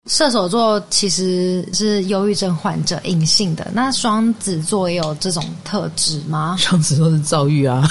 射手座其实是忧郁症患者，隐性的。那双子座也有这种特质吗？ 双子座是躁郁啊。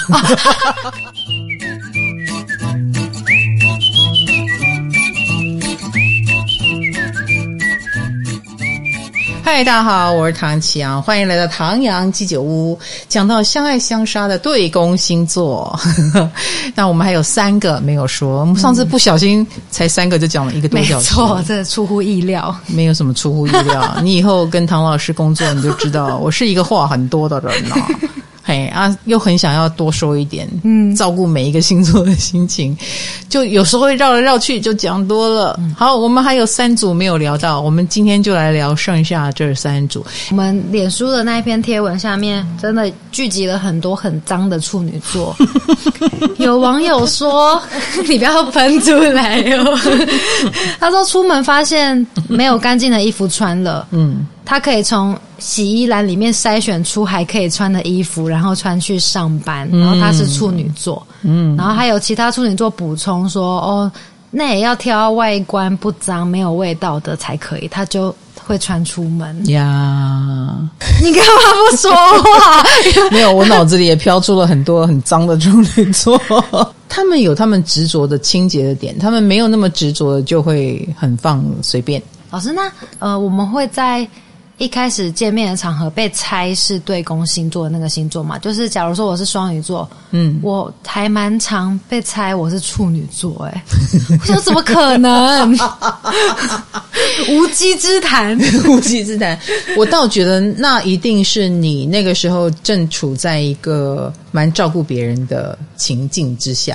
嗨，大家好，我是唐启阳，欢迎来到唐阳鸡酒屋。讲到相爱相杀的对宫星座，那我们还有3个没有说，我们上次不小心才3个就讲了1个多小时。 没错，这出乎意料。 没有什么出乎意料，你以后跟唐老师工作你就知道我是一个话很多的人啊。嘿啊，又很想要多说一点，照顾每一个星座的心情，就有时候会绕来绕去，就讲多了。好，我们还有3组没有聊到，我们今天就来聊剩下这3组。 我们脸书的那一篇贴文下面真的聚集了很多很脏的处女座，有网友说你不要喷出来哦，他说出门发现没有干净的衣服穿了，他可以从洗衣篮里面筛选出还可以穿的衣服，然后穿去上班，然后他是处女座，然后还有其他处女座补充说，哦，那也要挑外观不脏没有味道的才可以，他就会穿出门呀。 你干嘛不说话？ 没有，我脑子里也飘出了很多很脏的处女座。他们有他们执着的清洁的点，他们没有那么执着的就会很放随便。 老师，那我们会在一开始见面的场合被猜是对宫星座的那个星座嘛？就是假如说我是双鱼座，我还蛮常被猜我是处女座，我想怎么可能？无稽之谈， 无稽之谈。我倒觉得那一定是你那个时候正处在一个蛮照顾别人的情境之下。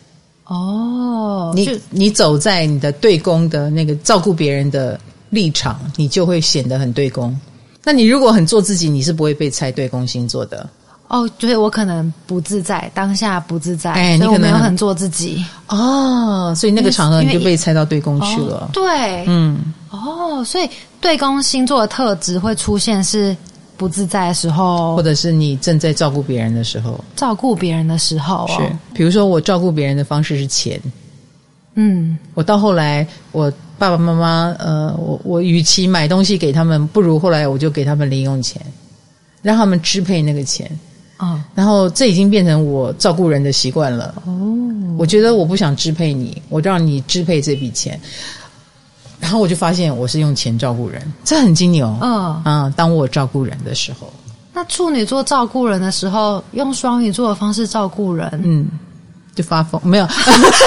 你走在你的对宫的那个照顾别人的立场，你就会显得很对宫。那你如果很做自己，你是不会被猜对宫星座的。 就是我可能不自在，当下不自在， 所以我没有很做自己。 所以那个场合你就被猜到对宫去了。 对，所以对宫星座的特质会出现是不自在的时候， 或者是你正在照顾别人的时候。 照顾别人的时候， 是，比如说我照顾别人的方式是钱。我到后来，我爸爸妈妈，我与其买东西给他们，不如后来我就给他们零用钱，让他们支配那个钱。然后这已经变成我照顾人的习惯了。我觉得我不想支配你，我让你支配这笔钱。然后我就发现我是用钱照顾人，这很金牛。当我照顾人的时候， 那处女座照顾人的时候，用双鱼座的方式照顾人， 就发疯，没有，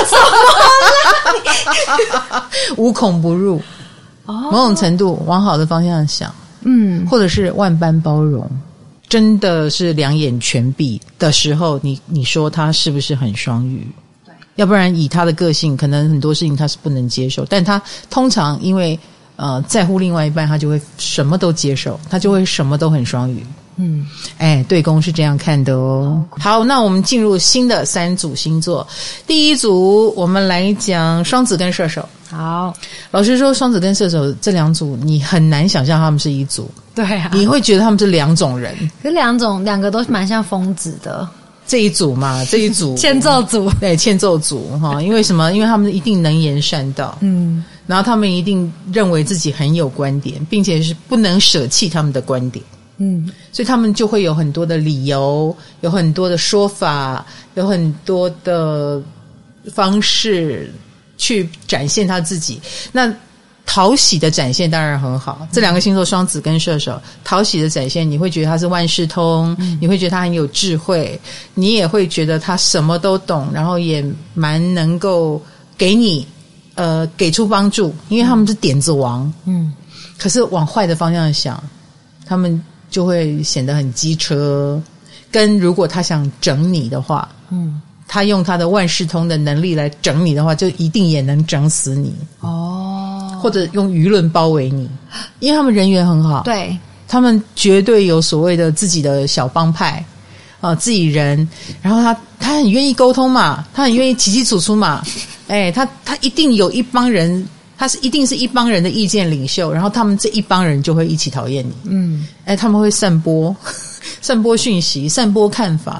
无孔不入。某种程度往好的方向想，或者是万般包容，真的是两眼全闭的时候，你说他是不是很双鱼？对，要不然以他的个性，可能很多事情他是不能接受，但他通常因为在乎另外一半，他就会什么都接受，他就会什么都很双鱼。对宫是这样看的哦。好，那我们进入新的3组星座。第一组我们来讲双子跟射手。 好， 老实说，双子跟射手这2组你很难想象他们是一组。 对啊， 你会觉得他们是2种人。 可两个都蛮像疯子的。 这一组嘛，这一组欠揍组， 对，欠揍组哈。因为什么？因为他们一定能言善道，然后他们一定认为自己很有观点，并且是不能舍弃他们的观点。所以他们就会有很多的理由，有很多的说法，有很多的方式去展现他自己。那讨喜的展现当然很好，这2个星座双子跟射手，讨喜的展现你会觉得他是万事通，你会觉得他很有智慧，你也会觉得他什么都懂，然后也蛮能够给你给出帮助，因为他们是点子王。可是往坏的方向想，他们就会显得很机车，跟如果他想整你的话，他用他的万事通的能力来整你的话，就一定也能整死你。或者用舆论包围你，因为他们人缘很好，对，他们绝对有所谓的自己的小帮派自己人，然后他很愿意沟通嘛，他很愿意起起楚楚嘛，他一定有一帮人，他一定是一帮人的意见领袖，然后他们这一帮人就会一起讨厌你。他们会散播讯息，散播看法，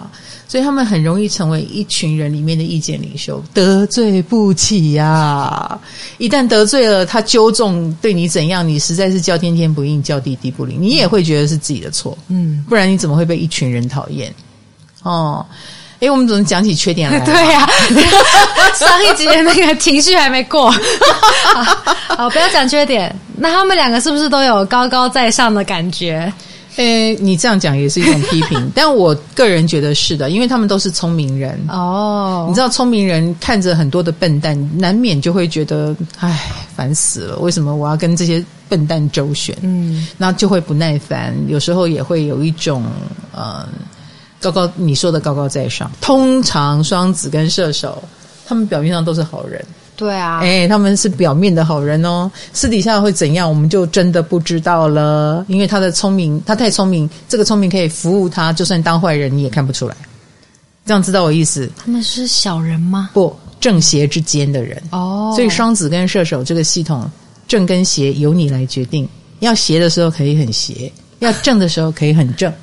所以他们很容易成为一群人里面的意见领袖，得罪不起呀。一旦得罪了，他纠正对你怎样，你实在是叫天天不应，叫地地不灵，你也会觉得是自己的错，不然你怎么会被一群人讨厌？哦，我们怎么讲起缺点来了？ 对呀，上一集的那个情绪还没过。好，不要讲缺点。那他们两个是不是都有高高在上的感觉？ 你这样讲也是一种批评，但我个人觉得是的，因为他们都是聪明人哦。你知道，聪明人看着很多的笨蛋，难免就会觉得，唉，烦死了，为什么我要跟这些笨蛋周旋？那就会不耐烦，有时候也会有一种你说的高高在上。通常双子跟射手，他们表面上都是好人。 对啊， 他们是表面的好人哦，私底下会怎样，我们就真的不知道了。因为他太聪明，这个聪明可以服务他，就算当坏人你也看不出来。这样知道我意思？ 他们是小人吗？ 不，正邪之间的人哦。所以双子跟射手这个系统，正跟邪由你来决定。要邪的时候可以很邪，要正的时候可以很正。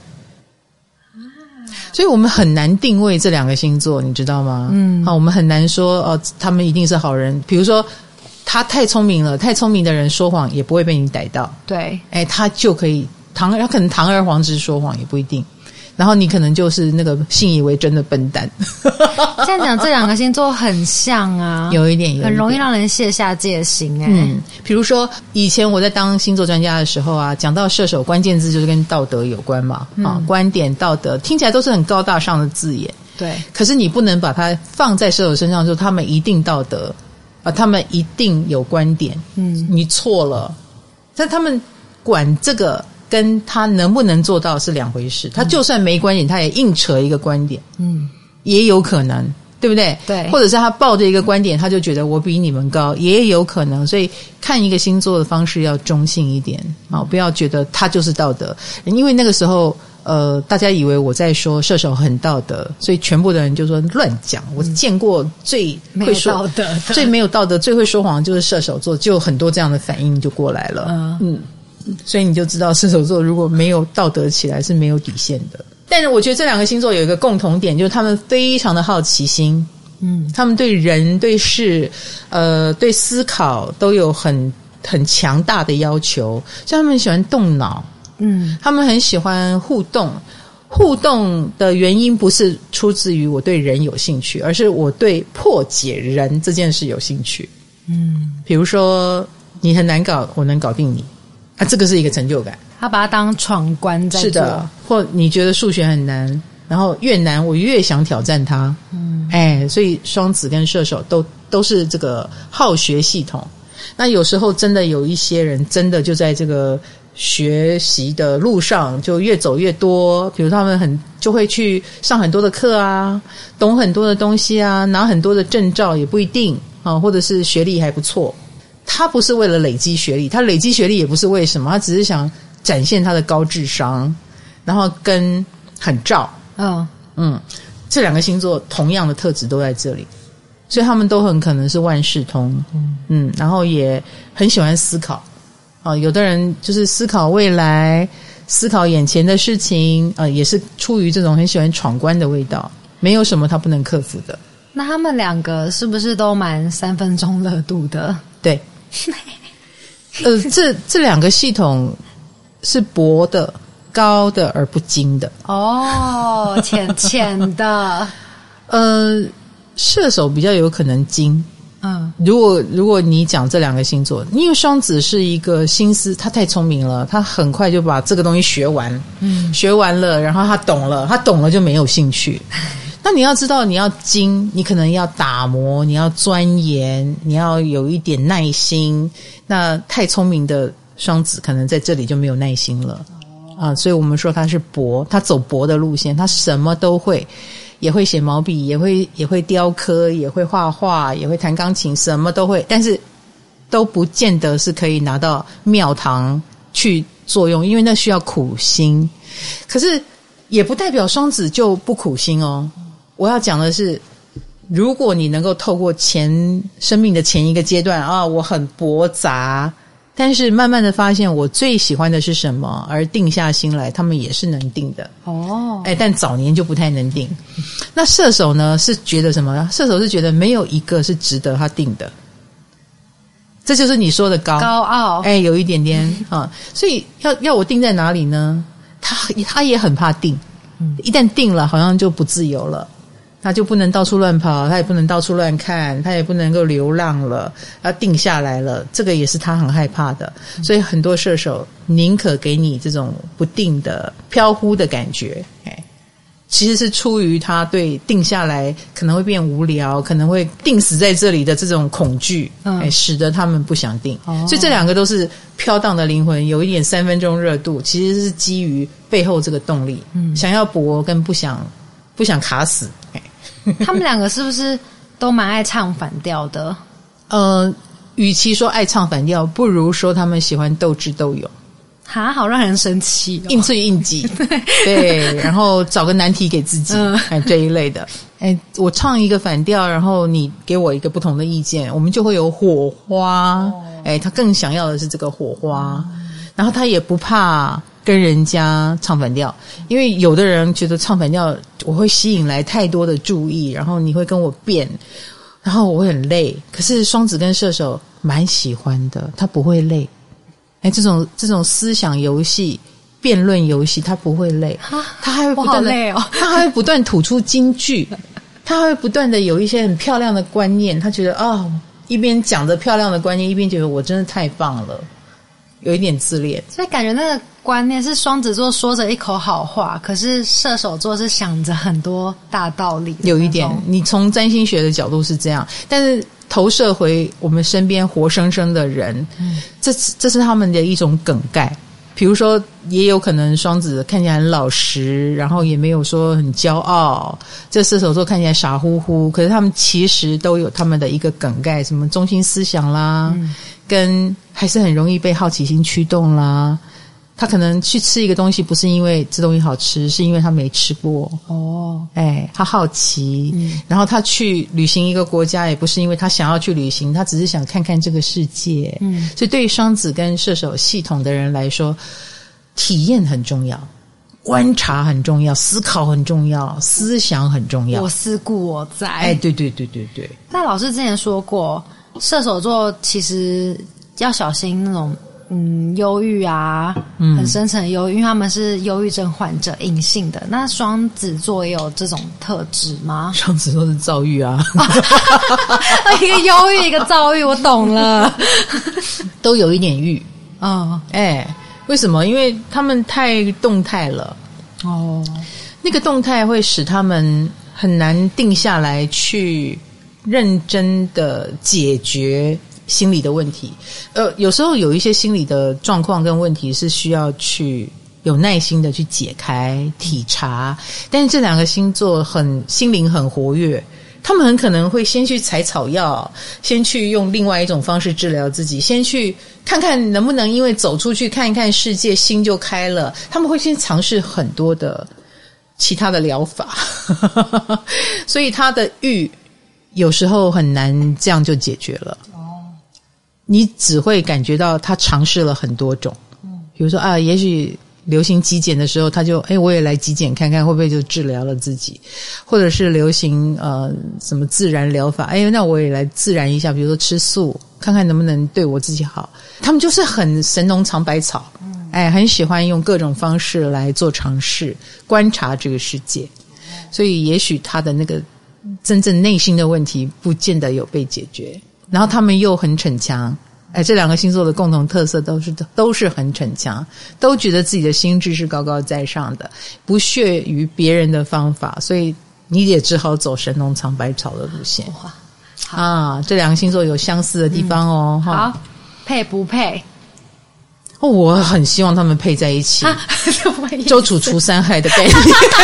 所以我们很难定位这两个星座，你知道吗？我们很难说他们一定是好人。比如说他太聪明了，太聪明的人说谎也不会被你逮到。 对， 他就可以他可能堂而皇之说谎也不一定。然后你可能就是那个信以为真的笨蛋。 这样讲，这两个星座很像啊， 有一点， 很容易让人卸下戒心。 比如说以前我在当星座专家的时候啊，讲到射手，关键字就是跟道德有关嘛，观点、道德，听起来都是很高大上的字眼。 对， 可是你不能把它放在射手身上，说他们一定道德他们一定有观点。你错了。但他们管这个跟他能不能做到是两回事。他就算没观点，他也硬扯一个观点，也有可能，对不对？ 对， 或者是他抱着一个观点，他就觉得我比你们高，也有可能。所以看一个星座的方式要中性一点不要觉得他就是道德。因为那个时候大家以为我在说射手很道德，所以全部的人就说乱讲。我见过最会说最没有道德、最会说谎的就是射手座，就有很多这样的反应就过来了。所以你就知道射手座如果没有道德起来是没有底线的。但是我觉得这两个星座有一个共同点，就是他们非常的好奇心。他们对人、对事、对思考都有很强大的要求，所以他们喜欢动脑。他们很喜欢互动。互动的原因不是出自于我对人有兴趣，而是我对破解人这件事有兴趣。比如说你很难搞，我能搞定你。这个是一个成就感， 他把它当闯关在做。是的， 或你觉得数学很难，然后越难我越想挑战它。所以双子跟射手都是这个好学系统。那有时候真的有一些人真的就在这个学习的路上就越走越多，比如他们就会去上很多的课啊，懂很多的东西啊，拿很多的证照也不一定或者是学历还不错。他不是为了累积学历，他累积学历也不是为什么，他只是想展现他的高智商，然后跟很照。这两个星座同样的特质都在这里，所以他们都很可能是万事通。然后也很喜欢思考。有的人就是思考未来，思考眼前的事情，也是出于这种很喜欢闯关的味道，没有什么他不能克服的。 那他们两个是不是都蛮3分钟热度的？ 对。这两个系统是薄的、高的而不精的。 浅的。 射手比较有可能精。如果你讲这两个星座，因为双子是一个心思，他太聪明了，他很快就把这个东西学完。学完了，然后他懂了就没有兴趣。那你要知道，你要精，你可能要打磨，你要钻研，你要有一点耐心。那太聪明的双子可能在这里就没有耐心了。所以我们说他是博，他走博的路线，他什么都会，也会写毛笔，也会雕刻，也会画画，也会弹钢琴，什么都会，但是都不见得是可以拿到庙堂去作用，因为那需要苦心。可是也不代表双子就不苦心哦。我要讲的是，如果你能够透过生命的前一个阶段我很驳杂， 但是慢慢的发现我最喜欢的是什么，而定下心来，他们也是能定的。但早年就不太能定。那射手呢是觉得什么？射手是觉得没有一个是值得他定的。这就是你说的高傲， 有一点点啊。所以要我定在哪里呢？他也很怕定，一旦定了，好像就不自由了。他就不能到处乱跑，他也不能到处乱看，他也不能够流浪了，他定下来了，这个也是他很害怕的。所以很多射手宁可给你这种不定的飘忽的感觉，其实是出于他对定下来可能会变无聊，可能会定死在这里的这种恐惧，使得他们不想定。所以这两个都是飘荡的灵魂，有一点3分钟热度，其实是基于背后这个动力，想要搏跟不想卡死。 他们两个是不是都蛮爱唱反调的？ 与其说爱唱反调，不如说他们喜欢斗智斗勇。 好让人生气硬脆硬挤，对，然后找个难题给自己，这一类的。我唱一个反调，然后你给我一个不同的意见，我们就会有火花。他更想要的是这个火花，然后他也不怕跟人家唱反调，因为有的人觉得唱反调我会吸引来太多的注意，然后你会跟我辩，然后我会很累。可是双子跟射手蛮喜欢的，他不会累。这种思想游戏、辩论游戏，他不会累，他还会不断的，他还会不断吐出金句，他会不断的有一些很漂亮的观念，他觉得一边讲着漂亮的观念，一边觉得我真的太棒了，有一点自恋。 所以感觉那个观念是双子座说着一口好话，可是射手座是想着很多大道理。 有一点，你从占星学的角度是这样，但是投射回我们身边活生生的人，这是他们的一种梗概。比如说也有可能双子看起来很老实，然后也没有说很骄傲，这射手座看起来傻乎乎，可是他们其实都有他们的一个梗概，什么中心思想啦，跟还是很容易被好奇心驱动啦。他可能去吃一个东西，不是因为这东西好吃，是因为他没吃过。他好奇，然后他去旅行一个国家，也不是因为他想要去旅行，他只是想看看这个世界。所以对于双子跟射手系统的人来说，体验很重要，观察很重要，思考很重要，思想很重要。 我思故我在。 对。 那老师之前说过，射手座其实要小心那种忧郁啊，很深层的忧郁，因为他们是忧郁症患者，隐性的。那双子座也有这种特质吗？ 双子座是躁郁啊， 一个忧郁，一个躁郁，我懂了， 都有一点郁。为什么？因为他们太动态了。那个动态会使他们很难定下来去认真的解决心理的问题。有时候有一些心理的状况跟问题是需要去有耐心的去解开体察，但是这两个星座心灵很活跃，他们很可能会先去采草药，先去用另外一种方式治疗自己，先去看看能不能因为走出去看一看世界心就开了，他们会先尝试很多的其他的疗法所以他的郁有时候很难这样就解决了。你只会感觉到他尝试了很多种，比如说也许流行极简的时候，他就我也来极简看看会不会就治疗了自己，或者是流行什么自然疗法，那我也来自然一下，比如说吃素，看看能不能对我自己好。他们就是很神农尝百草，很喜欢用各种方式来做尝试，观察这个世界。所以也许他的那个真正内心的问题不见得有被解决，然后他们又很逞强。这两个星座的共同特色都是很逞强，都觉得自己的心智是高高在上的，不屑于别人的方法，所以你也只好走神农尝百草的路线。这两个星座有相似的地方哦。 好，配不配？ 我很希望他们配在一起，周楚除三害的概念。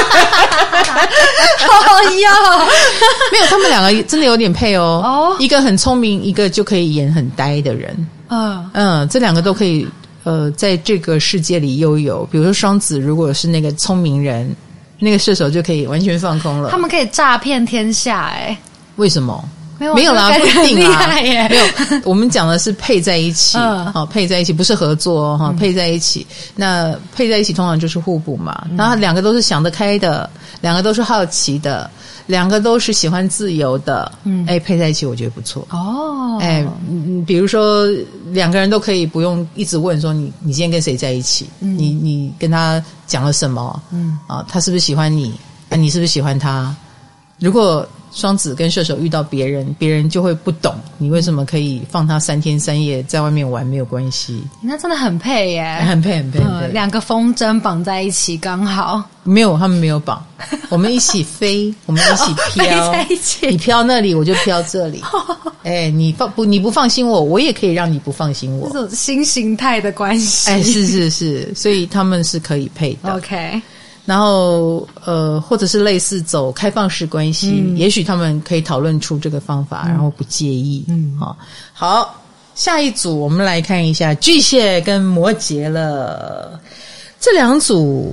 没有，他们两个真的有点配哦。一个很聪明，一个就可以演很呆的人。这两个都可以在这个世界里悠游。比如说双子如果是那个聪明人，那个射手就可以完全放空了。 他们可以诈骗天下。 为什么？ 没有啦，不一定啦， 没有。我们讲的是配在一起，配在一起不是合作哦，配在一起。那配在一起通常就是互补嘛。然后两个都是想得开的，两个都是好奇的，两个都是喜欢自由的，配在一起我觉得不错哦。比如说两个人都可以不用一直问说你今天跟谁在一起，你跟他讲了什么，他是不是喜欢你，你是不是喜欢他？如果双子跟射手遇到别人就会不懂你为什么可以放他3天3夜在外面玩没有关系。 那真的很配耶， 很配。 两个风筝绑在一起刚好。 没有，他们没有绑，我们一起飞，我们一起飘， 在一起。 你飘那里我就飘这里。你不放心我也可以让你不放心我。 这种新形态的关系。 是，所以他们是可以配的。 OK。 然后或者是类似走开放式关系，也许他们可以讨论出这个方法，然后不介意。好，下一组我们来看一下巨蟹跟摩羯了。这两组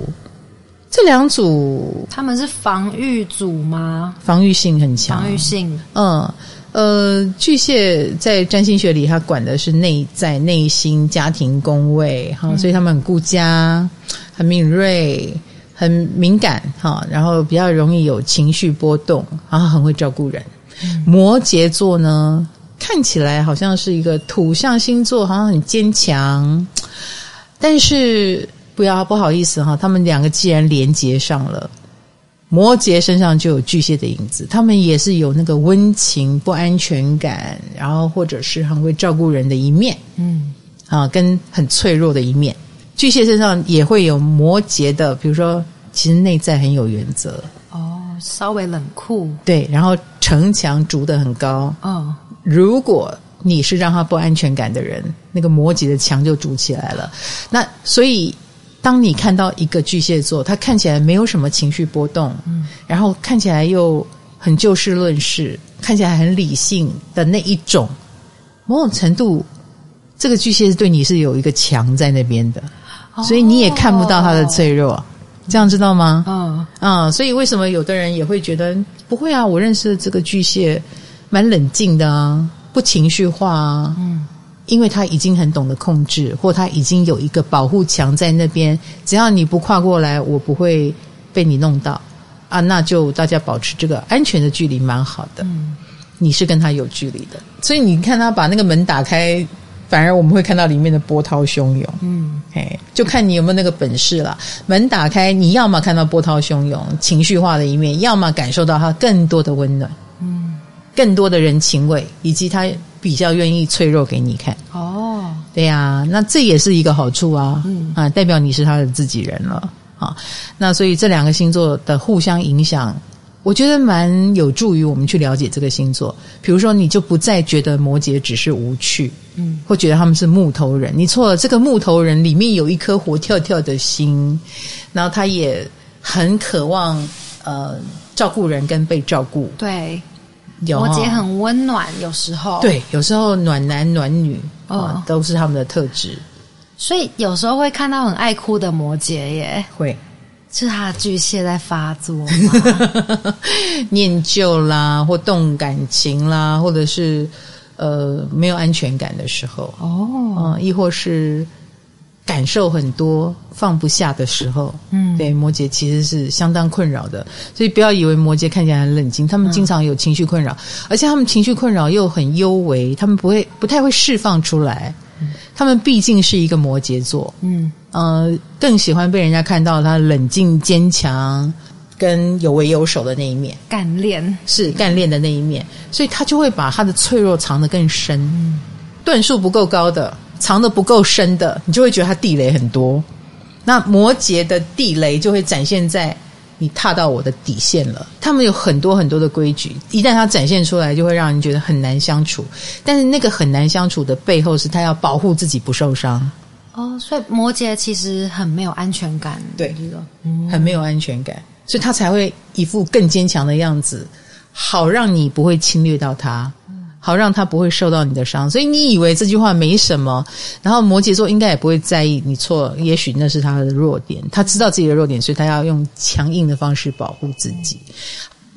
他们是防御组吗？ 防御性很强。 防御性。 巨蟹在占星学里它管的是内在、内心、家庭宫位，所以他们很顾家，很敏锐，很敏感，然后比较容易有情绪波动，然后很会照顾人。摩羯座呢，看起来好像是一个土象星座，好像很坚强，但是不好意思他们两个既然连结上了，摩羯身上就有巨蟹的影子，他们也是有那个温情、不安全感，然后或者是很会照顾人的一面，跟很脆弱的一面。巨蟹身上也会有摩羯的，比如说其实内在很有原则， 稍微冷酷， 对，然后城墙筑得很高，如果你是让他不安全感的人，那个摩羯的墙就筑起来了。那所以当你看到一个巨蟹座，他看起来没有什么情绪波动，然后看起来又很就事论事，看起来很理性的那一种，某种程度这个巨蟹对你是有一个墙在那边的，所以你也看不到他的脆弱，这样知道吗？所以为什么有的人也会觉得不会啊，我认识的这个巨蟹蛮冷静的啊，不情绪化啊，因为他已经很懂得控制，或他已经有一个保护墙在那边，只要你不跨过来，我不会被你弄到啊，那就大家保持这个安全的距离蛮好的。你是跟他有距离的，所以你看他把那个门打开，反而我们会看到里面的波涛汹涌。就看你有没有那个本事啦。门打开，你要么看到波涛汹涌情绪化的一面，要么感受到他更多的温暖，更多的人情味，以及他比较愿意脆弱给你看。对呀，那这也是一个好处啊，代表你是他的自己人了啊。那所以这两个星座的互相影响，我觉得蛮有助于我们去了解这个星座。比如说你就不再觉得摩羯只是无趣，或觉得他们是木头人，你错了，这个木头人里面有一颗活跳跳的心，然后他也很渴望照顾人跟被照顾。 对，摩羯很温暖，有时候对，有时候暖男暖女都是他们的特质。 所以有时候会看到很爱哭的摩羯耶， 会是他的巨蟹在发作吗？ 念旧啦，或动感情啦，或者是没有安全感的时候，亦或是感受很多放不下的时候，对，摩羯其实是相当困扰的。所以不要以为摩羯看起来很冷静，他们经常有情绪困扰，而且他们情绪困扰又很幽微，他们不太会释放出来。他们毕竟是一个摩羯座，更喜欢被人家看到他冷静坚强跟有为有守的那一面， 干练， 是干练的那一面，所以他就会把他的脆弱藏得更深，段数不够高的，藏得不够深的，你就会觉得他地雷很多。那摩羯的地雷就会展现在你踏到我的底线了，他们有很多很多的规矩，一旦它展现出来就会让人觉得很难相处，但是那个很难相处的背后是他要保护自己不受伤。 所以摩羯其实很没有安全感。 对，很没有安全感，所以他才会一副更坚强的样子，好让你不会侵略到他，好让他不会受到你的伤。所以你以为这句话没什么，然后摩羯座应该也不会在意，你错，也许那是他的弱点，他知道自己的弱点，所以他要用强硬的方式保护自己。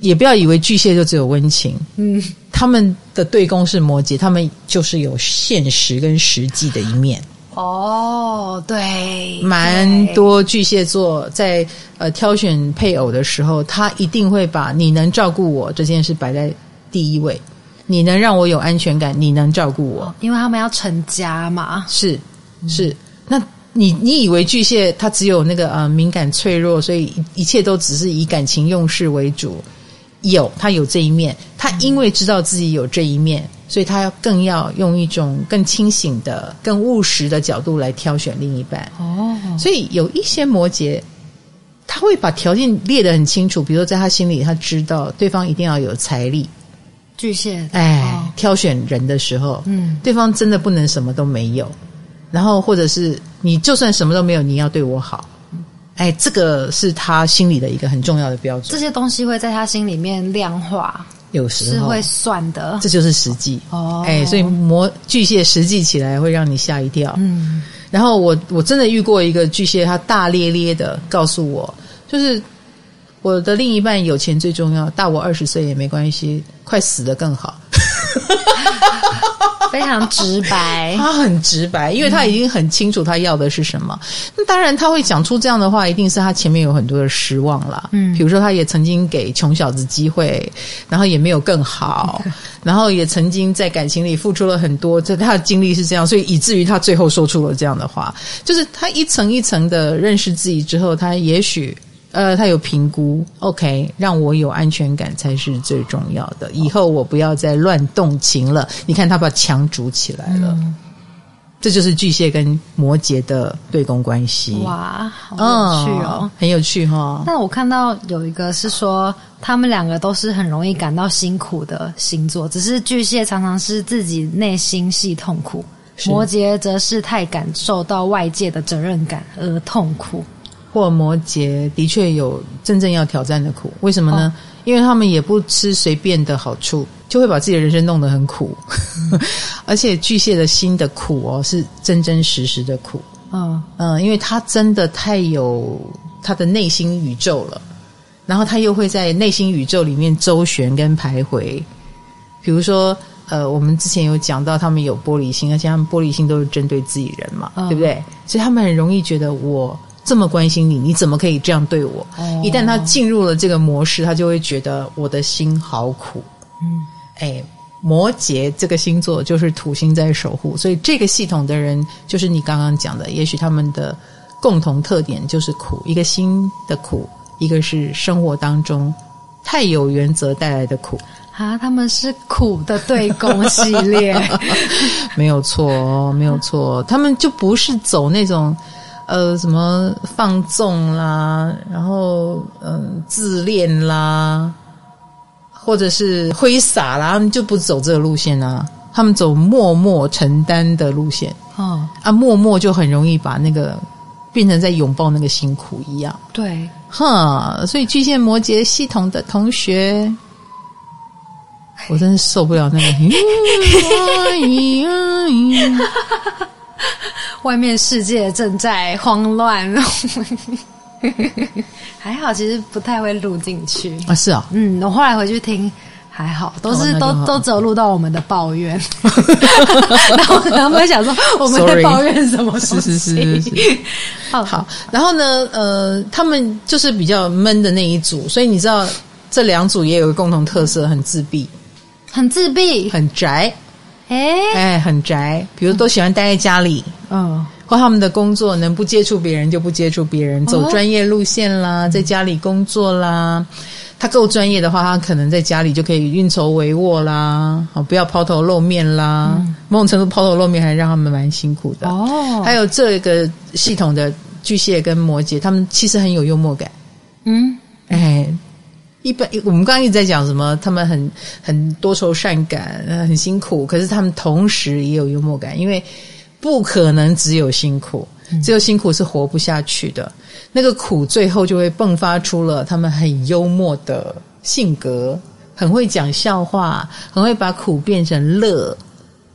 也不要以为巨蟹就只有温情，他们的对宫是摩羯，他们就是有现实跟实际的一面。 哦，对， 蛮多巨蟹座在挑选配偶的时候，他一定会把你能照顾我这件事摆在第一位，你能让我有安全感，你能照顾我， 因为他们要成家嘛。 是，那你以为巨蟹他只有那个敏感脆弱，所以一切都只是以感情用事为主？他有这一面，他因为知道自己有这一面，所以他更要用一种更清醒的、更务实的角度来挑选另一半。所以有一些摩羯，他会把条件列得很清楚，比如说在他心里，他知道对方一定要有财力。 巨蟹， 挑选人的时候，对方真的不能什么都没有，然后或者是你就算什么都没有，你要对我好。这个是他心里的一个很重要的标准。 这些东西会在他心里面量化， 有时候是会算的， 这就是实际。所以巨蟹实际起来会让你吓一跳。然后我真的遇过一个巨蟹，他大咧咧的告诉我，就是我的另一半有钱最重要，大我20岁也没关系，快死得更好。 非常直白， 他很直白，因为他已经很清楚他要的是什么。那当然他会讲出这样的话，一定是他前面有很多的失望啦。比如说他也曾经给穷小子机会，然后也没有更好，然后也曾经在感情里付出了很多，这他的经历是这样，所以以至于他最后说出了这样的话。就是他一层一层的认识自己之后，他也许他有评估 OK， 让我有安全感才是最重要的，以后我不要再乱动情了。你看他把墙筑起来了。这就是巨蟹跟摩羯的对宫关系。 哇，好有趣哦， 很有趣齁。 但我看到有一个是说他们两个都是很容易感到辛苦的星座，只是巨蟹常常是自己内心戏痛苦，摩羯则是太感受到外界的责任感而痛苦。 或摩羯的确有真正要挑战的苦，为什么呢？因为他们也不吃随便的好处，就会把自己的人生弄得很苦。而且巨蟹的心的苦是真真实实的苦。因为他真的太有他的内心宇宙了，然后他又会在内心宇宙里面周旋跟徘徊。比如说我们之前有讲到他们有玻璃心，而且他们玻璃心都是针对自己人嘛，对不对？所以他们很容易觉得我这么关心你，你怎么可以这样对我？一旦他进入了这个模式，他就会觉得我的心好苦。摩羯这个星座就是土星在守护，所以这个系统的人就是你刚刚讲的，也许他们的共同特点就是苦，一个心的苦，一个是生活当中太有原则带来的苦。 他们是苦的对宫系列。 没有错，没有错，他们就不是走那种什么放纵啦，然后自恋啦，或者是挥洒啦，他们就不走这个路线啊，他们走默默承担的路线。默默就很容易把那个变成在拥抱那个辛苦一样。 对， 所以巨蟹摩羯系统的同学，我真是受不了那个外面世界正在慌乱。还好其实不太会录进去啊。是啊， 我后来回去听还好，都是都只有录到我们的抱怨。然后他们想说我们在抱怨什么东西。 是好，然后呢他们就是比较闷的那一组，所以你知道这两组也有个共同特色，很自闭，很宅。很宅，比如都喜欢待在家里，或他们的工作能不接触别人就不接触别人，走专业路线啦，在家里工作啦。他够专业的话，他可能在家里就可以运筹帷幄啦，不要抛头露面啦。某种程度抛头露面还让他们蛮辛苦的。还有这个系统的巨蟹跟摩羯，他们其实很有幽默感。一般我们刚刚一直在讲什么，他们很多愁善感，很辛苦，可是他们同时也有幽默感，因为不可能只有辛苦，只有辛苦是活不下去的。那个苦最后就会迸发出了他们很幽默的性格，很会讲笑话，很会把苦变成乐。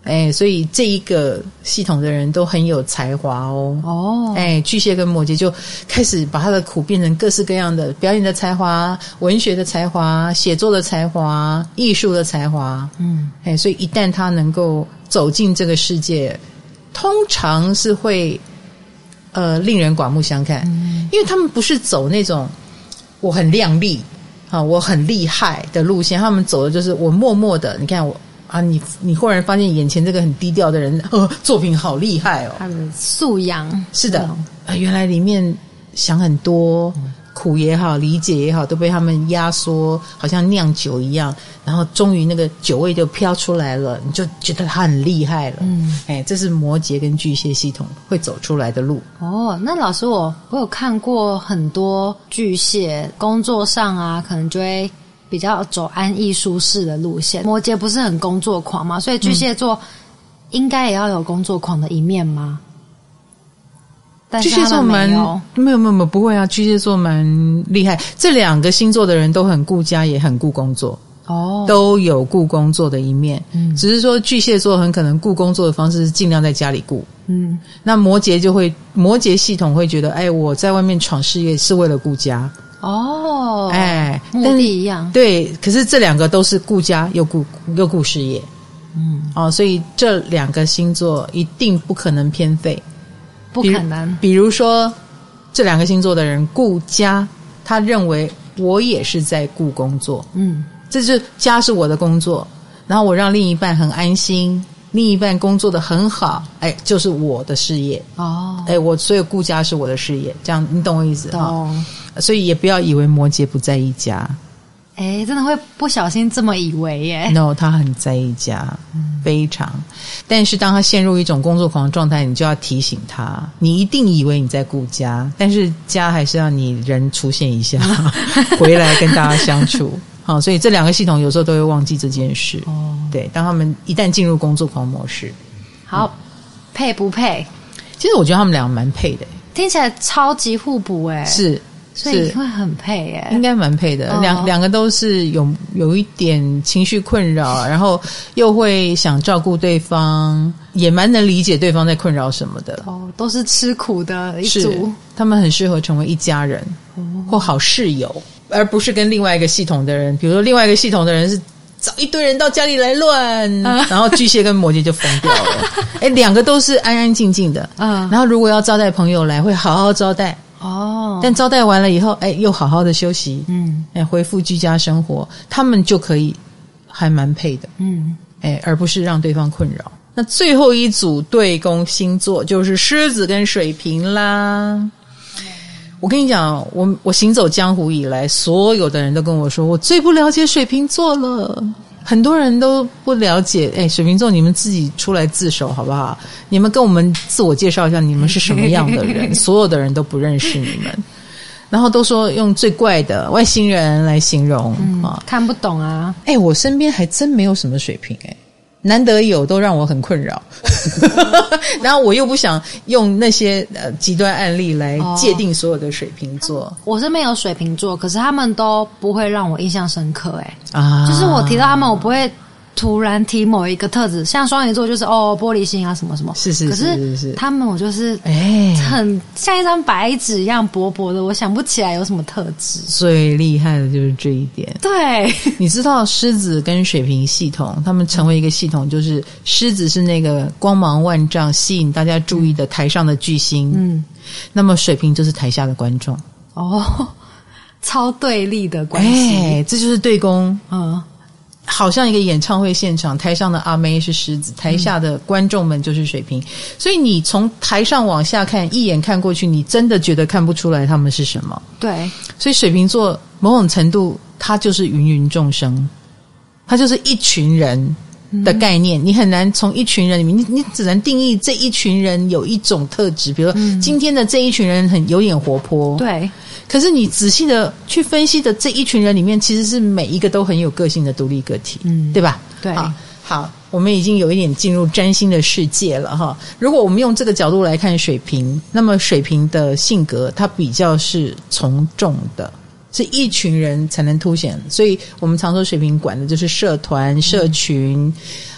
所以这一个系统的人都很有才华哦。巨蟹跟摩羯就开始把他的苦变成各式各样的表演的才华、文学的才华、写作的才华、艺术的才华。所以一旦他能够走进这个世界，通常是会令人刮目相看，因为他们不是走那种我很亮丽我很厉害的路线，他们走的就是我默默的，你看我你忽然发现眼前这个很低调的人作品好厉害他的素养是的原来里面想很多苦也好理解也好都被他们压缩，好像酿酒一样，然后终于那个酒味就飘出来了，你就觉得他很厉害了。这是摩羯跟巨蟹系统会走出来的路。 那老师我有看过很多巨蟹工作上可能就会比较走安逸舒适的路线，摩羯不是很工作狂嘛，所以巨蟹座应该也要有工作狂的一面吗？ 巨蟹座没有不会巨蟹座蛮厉害，这两个星座的人都很顾家也很顾工作都有顾工作的一面只是说巨蟹座很可能顾工作的方式是尽量在家里顾那摩羯系统会觉得我在外面闯事业是为了顾家目的一样对，可是这两个都是顾家又顾事业所以这两个星座一定不可能偏废， 不可能。 比如说这两个星座的人顾家，他认为我也是在顾工作这就是家是我的工作，然后我让另一半很安心，另一半工作的很好就是我的事业我所有顾家是我的事业，这样你懂我意思懂所以也不要以为摩羯不在意家真的会不小心这么以为耶 No 他很在意家非常，但是当他陷入一种工作狂的状态，你就要提醒他，你一定以为你在顾家，但是家还是要你人出现一下回来跟大家相处所以这两个系统有时候都会忘记这件事对，当他们一旦进入工作狂模式好配不配？ 其实我觉得他们两个蛮配的听起来超级互补是所以会很配耶， 应该蛮配的两个都是有一点情绪困扰，然后又会想照顾对方，也蛮能理解对方在困扰什么的都是吃苦的一组， 他们很适合成为一家人或好室友，而不是跟另外一个系统的人，比如说另外一个系统的人是找一堆人到家里来乱然后巨蟹跟摩羯就疯掉了两个都是安安静静的然后如果要招待朋友来会好好招待但招待完了以后又好好的休息恢复居家生活，他们就可以还蛮配的而不是让对方困扰。那最后一组对宫星座就是狮子跟水瓶啦我跟你讲我行走江湖以来，所有的人都跟我说我最不了解水瓶座了，很多人都不了解水瓶座你们自己出来自首好不好，你们跟我们自我介绍一下你们是什么样的人所有的人都不认识你们然后都说用最怪的外星人来形容看不懂我身边还真没有什么水瓶难得有都让我很困扰然后我又不想用那些极端案例来界定所有的水瓶座我是没有水瓶座，可是他们都不会让我印象深刻就是我提到他们我不会突然提某一个特质，像双鱼座就是玻璃心什么什么是可是他们我就是很像一张白纸一样薄薄的，我想不起来有什么特质。 最厉害的就是这一点对你知道狮子跟水瓶系统他们成为一个系统，就是狮子是那个光芒万丈吸引大家注意的台上的巨星那么水瓶就是台下的观众超对立的关系这就是对宫好像一个演唱会现场，台上的阿妹是狮子，台下的观众们就是水瓶所以你从台上往下看，一眼看过去你真的觉得看不出来他们是什么对， 所以水瓶座某种程度它就是芸芸众生，它就是一群人的概念你很难从一群人里面你只能定义这一群人有一种特质，比如说今天的这一群人很有点活泼对， 可是你仔细的去分析的这一群人里面，其实是每一个都很有个性的独立个体对吧对好我们已经有一点进入占星的世界了如果我们用这个角度来看水瓶，那么水瓶的性格它比较是从众的，是一群人才能凸显，所以我们常说水瓶管的就是社团社群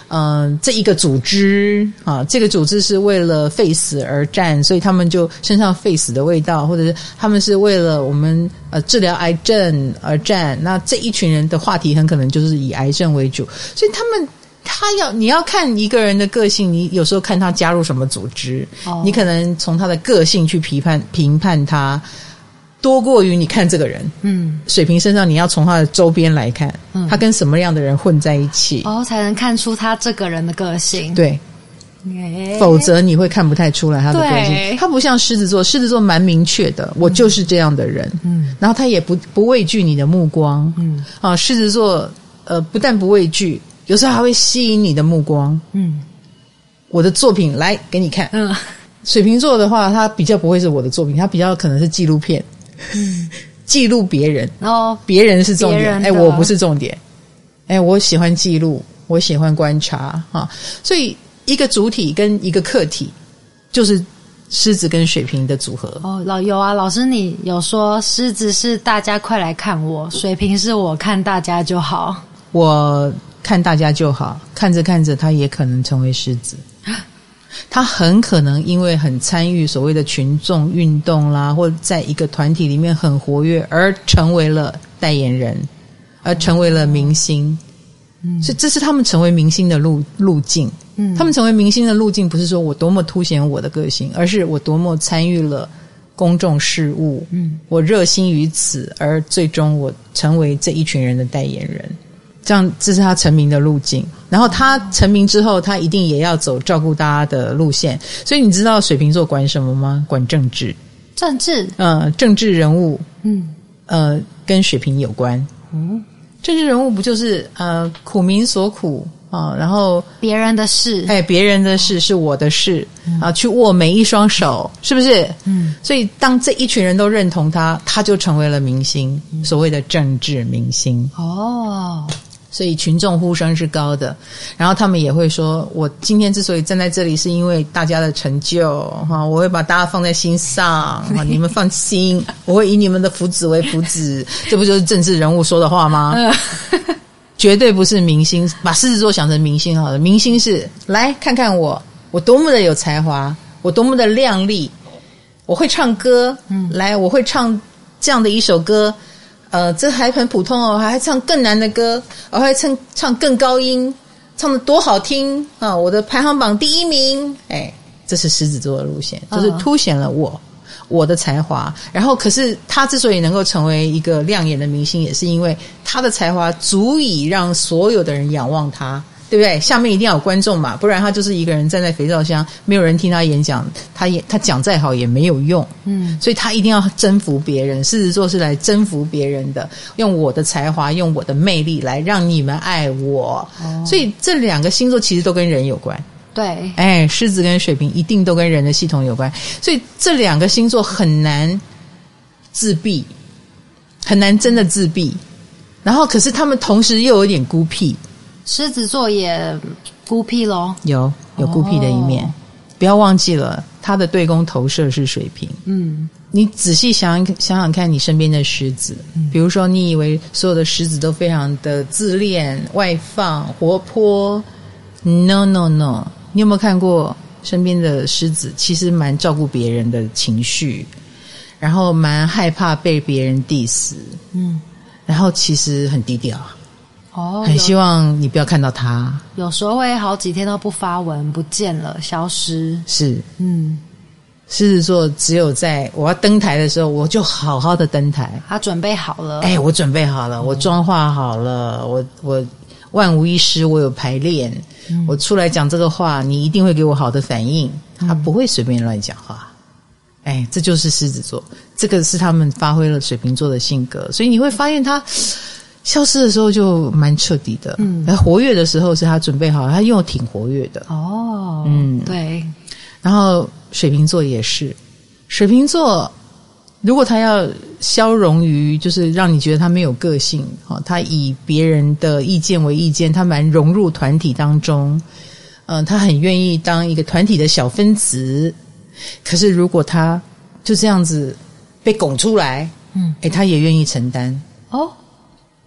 这一个组织啊，这个组织是为了废死而战，所以他们就身上废死的味道，或者是他们是为了我们治疗癌症而战。那这一群人的话题很可能就是以癌症为主，所以你要看一个人的个性，你有时候看他加入什么组织，你可能从他的个性去评判他。多过于你看这个人，水瓶身上你要从他的周边来看，他跟什么样的人混在一起， 才能看出他这个人的个性。 对，否则你会看不太出来他的个性。他不像狮子座，狮子座蛮明确的，我就是这样的人，然后他也不畏惧你的目光，狮子座不但不畏惧，有时候还会吸引你的目光，我的作品来给你看，水瓶座的话，他比较不会是我的作品，他比较可能是纪录片。记录别人，别人是重点，我不是重点，我喜欢记录，我喜欢观察啊，所以一个主体跟一个客体就是狮子跟水瓶的组合。 有啊，老师你有说狮子是大家快来看我，水瓶是我看大家就好， 我看大家就好，看着看着他也可能成为狮子。他很可能因为很参与所谓的群众运动啦，或者在一个团体里面很活跃，而成为了代言人，而成为了明星。所以这是他们成为明星的路径。他们成为明星的路径不是说我多么凸显我的个性，而是我多么参与了公众事务，我热心于此，而最终我成为这一群人的代言人。这样，这是他成名的路径。然后他成名之后，他一定也要走照顾大家的路线。所以你知道水瓶座管什么吗？管政治。 政治？ 政治人物，跟水瓶有关。政治人物不就是苦民所苦啊？然后别人的事， 别人的事是我的事啊，去握每一双手，是不是？所以当这一群人都认同他，他就成为了明星，所谓的政治明星。所以群众呼声是高的，然后他们也会说，我今天之所以站在这里是因为大家的成就，我会把大家放在心上，你们放心，我会以你们的福祉为福祉。这不就是政治人物说的话吗？绝对不是明星。把狮子座想成明星好了，明星是来看看我多么的有才华，我多么的亮丽，我会唱歌，来我会唱这样的一首歌，这还很普通哦，还唱更难的歌，我还唱更高音，唱得多好听啊！我的排行榜第1名，这是狮子座的路线，就是凸显了我的才华。然后，可是他之所以能够成为一个亮眼的明星，也是因为他的才华足以让所有的人仰望他。对不对？下面一定要有观众嘛，不然他就是一个人站在肥皂箱，没有人听他演讲，他讲再好也没有用。所以他一定要征服别人。狮子座是来征服别人的，用我的才华，用我的魅力来让你们爱我。所以这两个星座其实都跟人有关。 对， 狮子跟水瓶一定都跟人的系统有关。所以这两个星座很难自闭，很难真的自闭。然后可是他们同时又有点孤僻。 狮子座也孤僻咯，有孤僻的一面，不要忘记了他的对宫投射是水瓶。你仔细想想看你身边的狮子，比如说你以为所有的狮子都非常的自恋、外放、活泼， No， 你有没有看过身边的狮子其实蛮照顾别人的情绪，然后蛮害怕被别人 diss， 然后其实很低调，很希望你不要看到他， 有时候会好几天都不发文，不见了，消失。 是，狮子座只有在我要登台的时候，我就好好的登台。 他准备好了， 我准备好了，我妆化好了，我万无一失，我有排练，我出来讲这个话，你一定会给我好的反应。他不会随便乱讲话。这就是狮子座，这个是他们发挥了水瓶座的性格，所以你会发现他消失的时候就蛮彻底的，活跃的时候是他准备好，他又挺活跃的。 对。 然后水瓶座也是，水瓶座如果他要消融于就是让你觉得他没有个性，他以别人的意见为意见，他蛮融入团体当中，他很愿意当一个团体的小分子。可是如果他就这样子被拱出来，他也愿意承担。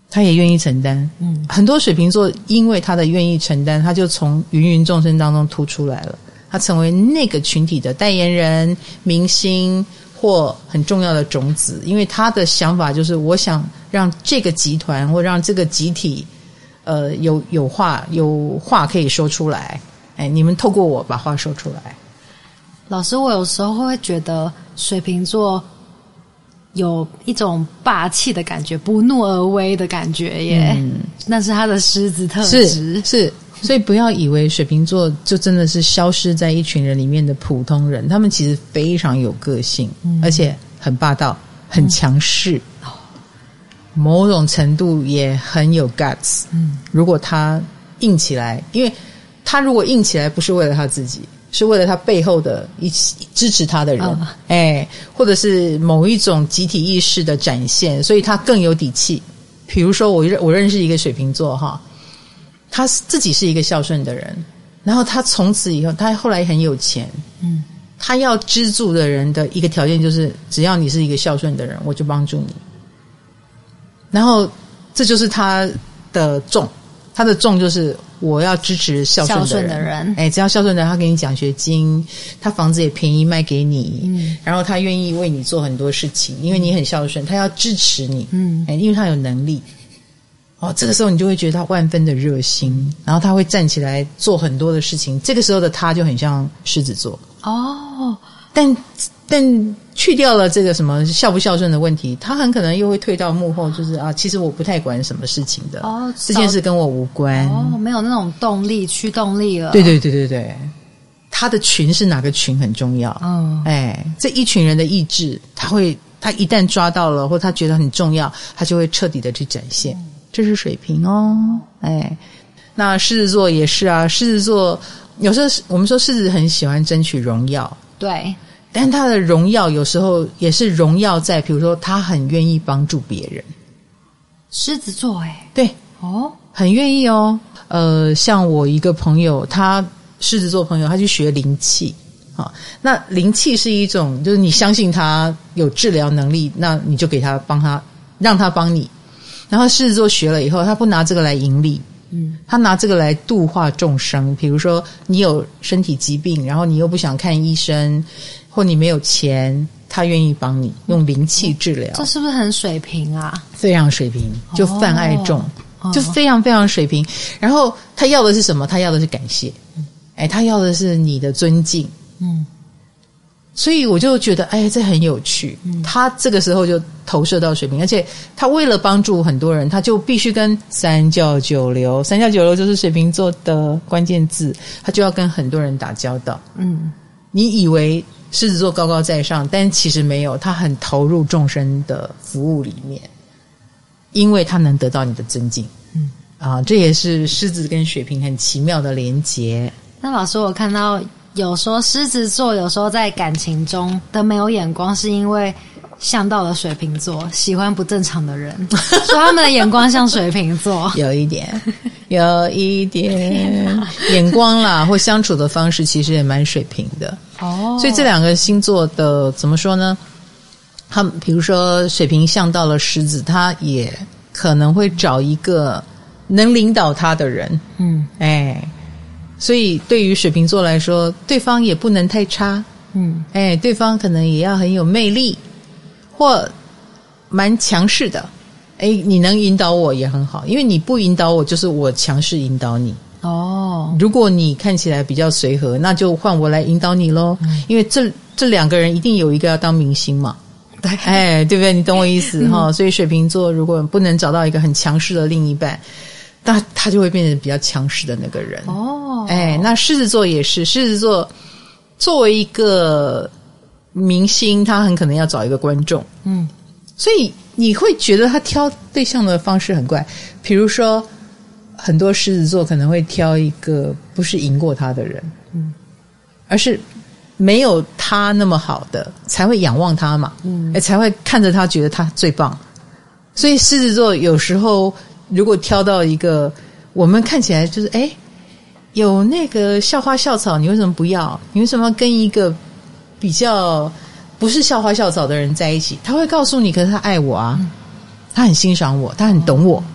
他也愿意承担。很多水瓶座因为他的愿意承担，他就从芸芸众生当中突出来了，他成为那个群体的代言人、明星或很重要的种子。因为他的想法就是我想让这个集团或让这个集体有话可以说出来，你们透过我把话说出来。 老师，我有时候会觉得水瓶座有一种霸气的感觉，不怒而威的感觉耶，那是他的狮子特质。 是，所以不要以为水瓶座就真的是消失在一群人里面的普通人，他们其实非常有个性，而且很霸道，很强势，某种程度也很有 guts。如果他硬起来，因为他如果硬起来不是为了他自己，是为了他背后的一起支持他的人，或者是某一种集体意识的展现，所以他更有底气。比如说我认识一个水瓶座哈，他自己是一个孝顺的人，然后他从此以后他后来很有钱，他要资助的人的一个条件就是只要你是一个孝顺的人我就帮助你，然后这就是他的重，他的重就是我要支持孝顺的人，只要孝顺的人他给你奖学金，他房子也便宜卖给你，然后他愿意为你做很多事情，因为你很孝顺，他要支持你，因为他有能力。这个时候你就会觉得他万分的热心，然后他会站起来做很多的事情，这个时候的他就很像狮子座。但去掉了这个什么孝不孝顺的问题，他很可能又会退到幕后，就是其实我不太管什么事情的，这件事跟我无关， 没有那种动力驱动力了。 对，他的群是哪个群很重要。这一群人的意志，他一旦抓到了或他觉得很重要，他就会彻底的去展现。这是水瓶那狮子座也是啊，狮子座有时候我们说狮子很喜欢争取荣耀， 对， 但他的荣耀有时候也是荣耀在比如说他很愿意帮助别人。 狮子座对很愿意像我一个朋友，他狮子座朋友，他去学灵气那灵气是一种就是你相信他有治疗能力，那你就给他帮他让他帮你，然后狮子座学了以后他不拿这个来盈利，他拿这个来度化众生。比如说你有身体疾病，然后你又不想看医生，或你没有钱，他愿意帮你用灵气治疗。 这是不是很水瓶啊？ 非常水瓶，就泛爱众，就非常非常水瓶。然后他要的是什么？他要的是感谢，他要的是你的尊敬。所以我就觉得这很有趣。他这个时候就投射到水瓶，而且他为了帮助很多人，他就必须跟三教九流就是水瓶座的关键字，他就要跟很多人打交道。你以为狮子座高高在上，但其实没有，他很投入众生的服务里面，因为他能得到你的尊敬。这也是狮子跟水瓶很奇妙的连结。 那老师，我看到有说狮子座有时候在感情中的没有眼光，是因为像到了水瓶座，喜欢不正常的人，说他们的眼光像水瓶座， 有一点眼光啦，或相处的方式其实也蛮水瓶的。所以这两个星座的怎么说呢？他们比如说水瓶像到了狮子，他也可能会找一个能领导他的人。所以对于水瓶座来说，对方也不能太差。对方可能也要很有魅力，或蛮强势的。你能引导我也很好，因为你不引导我，就是我强势引导你。如果你看起来比较随和，那就换我来引导你咯。因为这两个人一定有一个要当明星嘛。对不对？你懂我意思所以水瓶座如果不能找到一个很强势的另一半，那他就会变成比较强势的那个人。那狮子座也是，狮子座作为一个明星，他很可能要找一个观众。所以你会觉得他挑对象的方式很怪。比如说很多狮子座可能会挑一个不是赢过他的人，而是没有他那么好的，才会仰望他嘛，才会看着他觉得他最棒。所以狮子座有时候如果挑到一个我们看起来就是有那个校花校草，你为什么不要？你为什么要跟一个比较不是校花校草的人在一起？他会告诉你，可是他爱我啊，他很欣赏我，他很懂我，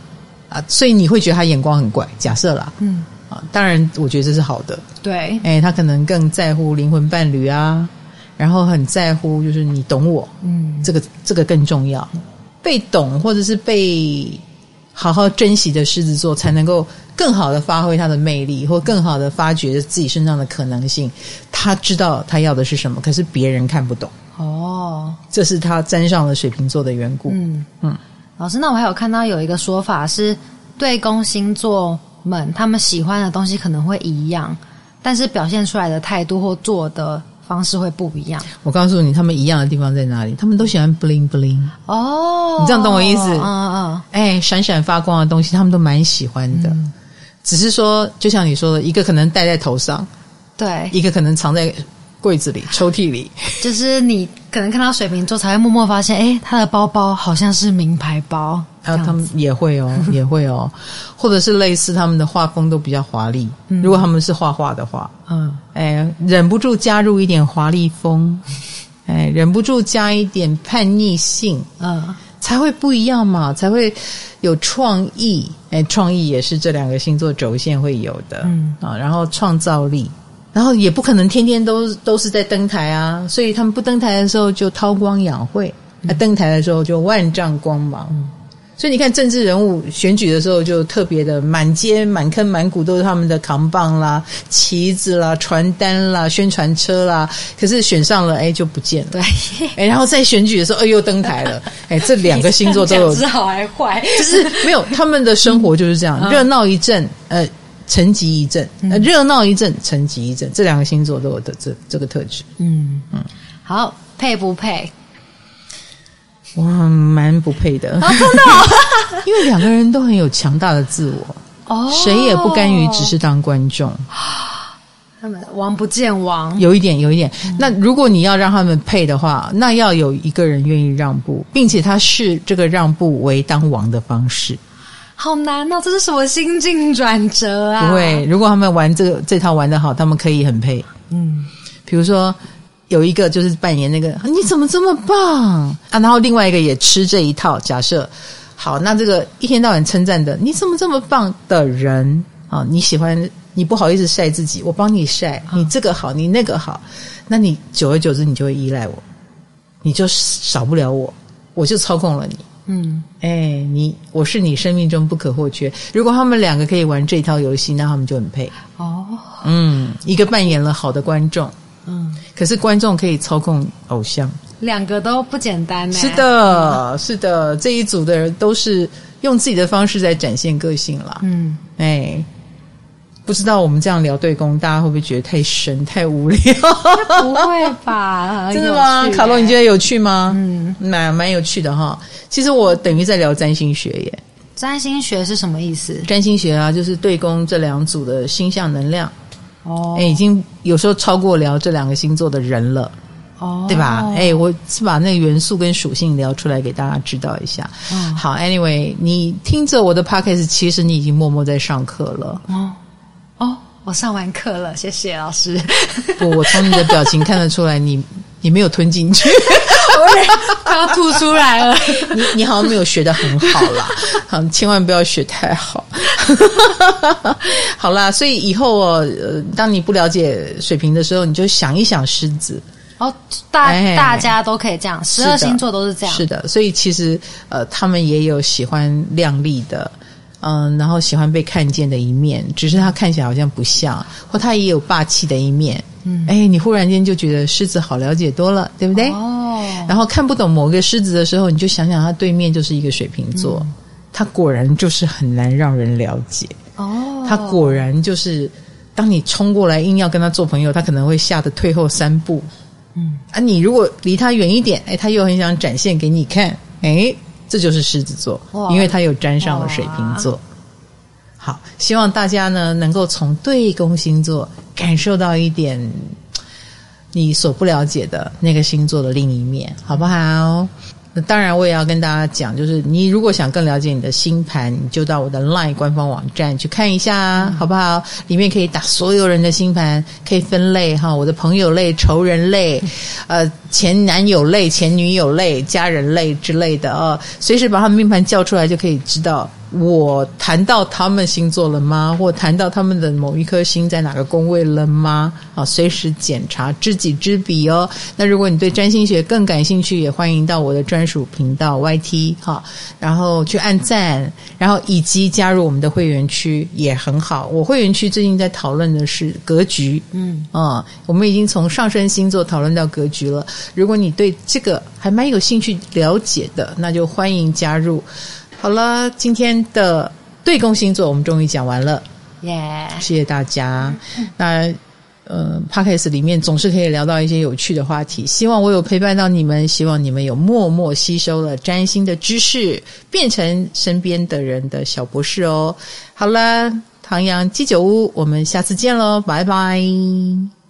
所以你会觉得他眼光很怪，假设啦，当然我觉得这是好的， 对， 他可能更在乎灵魂伴侣啊，然后很在乎就是你懂我，这个更重要，被懂或者是被好好珍惜的狮子座才能够更好的发挥他的魅力，或更好的发掘自己身上的可能性。他知道他要的是什么，可是别人看不懂。这是他沾上了水瓶座的缘故。 老师，那我还有看到有一个说法是，对宫星座们他们喜欢的东西可能会一样，但是表现出来的态度或做的方式会不一样。 我告诉你，他们一样的地方在哪里？他们都喜欢 bling bling。你这样懂我意思？闪闪发光的东西，他们都蛮喜欢的。只是说，就像你说的，一个可能戴在头上， 对， 一个可能藏在柜子里、抽屉里。 就是你可能看到水瓶座，才会默默发现，他的包包好像是名牌包。 他们也会也会或者是类似他们的画风都比较华丽。如果他们是画画的话，忍不住加入一点华丽风，忍不住加一点叛逆性，才会不一样嘛，才会有创意。创意也是这两个星座轴线会有的，然后创造力，然后也不可能天天都是在登台啊，所以他们不登台的时候就韬光养晦，登台的时候就万丈光芒。所以你看政治人物选举的时候就特别的满街满坑满谷都是他们的扛棒啦、旗子啦、传单啦、宣传车啦，可是选上了就不见了。对，然后在选举的时候又登台了。这两个星座都有， 是好还坏， 就是没有，他们的生活就是这样，热闹一阵沉寂一阵，热闹一阵沉寂一阵，这两个星座都有的这个特质。 好，配不配？ 我蛮不配的， 真的因为两个人都很有强大的自我，谁也不甘于只是当观众， 他们王不见王， 有一点。那如果你要让他们配的话，那要有一个人愿意让步，并且他视这个让步为当王的方式。 好难哦，这是什么心境转折啊？ 不会，如果他们玩这套玩得好，他们可以很配。比如说有一个就是扮演那个你怎么这么棒啊，然后另外一个也吃这一套。假设好，那这个一天到晚称赞的你怎么这么棒的人啊，你喜欢，你不好意思晒自己，我帮你晒，你这个好，你那个好，那你久而久之你就会依赖我，你就少不了我，我就操控了你。我是你生命中不可或缺。如果他们两个可以玩这套游戏，那他们就很配。一个扮演了好的观众，可是观众可以操控偶像， 两个都不简单。 是的，这一组的人都是用自己的方式在展现个性啦。不知道我们这样聊对宫，大家会不会觉得太深太无聊？ 不会吧？ 真的吗？卡洛，你觉得有趣吗？蛮有趣的哈。其实我等于在聊占星学耶。 占星学是什么意思？ 占星学啊，就是对宫这两组的星象能量。已经有时候超过聊这两个星座的人了。对吧？我是把那个元素跟属性聊出来给大家知道一下。好 ，anyway， 你听着我的 podcast， 其实你已经默默在上课了。 我上完课了，谢谢老师。 不，我从你的表情看得出来你没有吞进去， 快要吐出来了。 你好像没有学得很好啦，千万不要学太好。好啦，所以以后当你不了解水瓶的时候，你就想一想狮子。 大家都可以这样，12星座都是这样。 是的，所以其实他们也有喜欢亮丽的。然后喜欢被看见的一面，只是他看起来好像不像，或他也有霸气的一面。你忽然间就觉得狮子好了解多了，对不对？然后看不懂某个狮子的时候，你就想想他对面就是一个水瓶座，他果然就是很难让人了解。他果然就是当你冲过来硬要跟他做朋友，他可能会吓得退后3步。你如果离他远一点，他又很想展现给你看，这就是狮子座，因为他有沾上了水瓶座。好，希望大家呢能够从对宫星座感受到一点你所不了解的那个星座的另一面，好不好？那当然我也要跟大家讲，就是你如果想更了解你的星盘，你就到我的 LINE 官方网站去看一下，好不好？里面可以打所有人的星盘，可以分类哈，我的朋友类、仇人类、前男友类、前女友类、家人类之类的随时把他们命盘叫出来，就可以知道我谈到他们星座了吗？或谈到他们的某一颗星在哪个宫位了吗？随时检查，知己知彼哦。那如果你对占星学更感兴趣，也欢迎到我的专属频道 YT 然后去按赞，然后以及加入我们的会员区也很好。我会员区最近在讨论的是格局，我们已经从上升星座讨论到格局了。如果你对这个还蛮有兴趣了解的，那就欢迎加入。好了，今天的对宫星座我们终于讲完了，谢谢大家。那Podcast 里面总是可以聊到一些有趣的话题，希望我有陪伴到你们，希望你们有默默吸收了占星的知识，变成身边的人的小博士哦。好了，唐阳鸡酒屋，我们下次见咯，拜拜。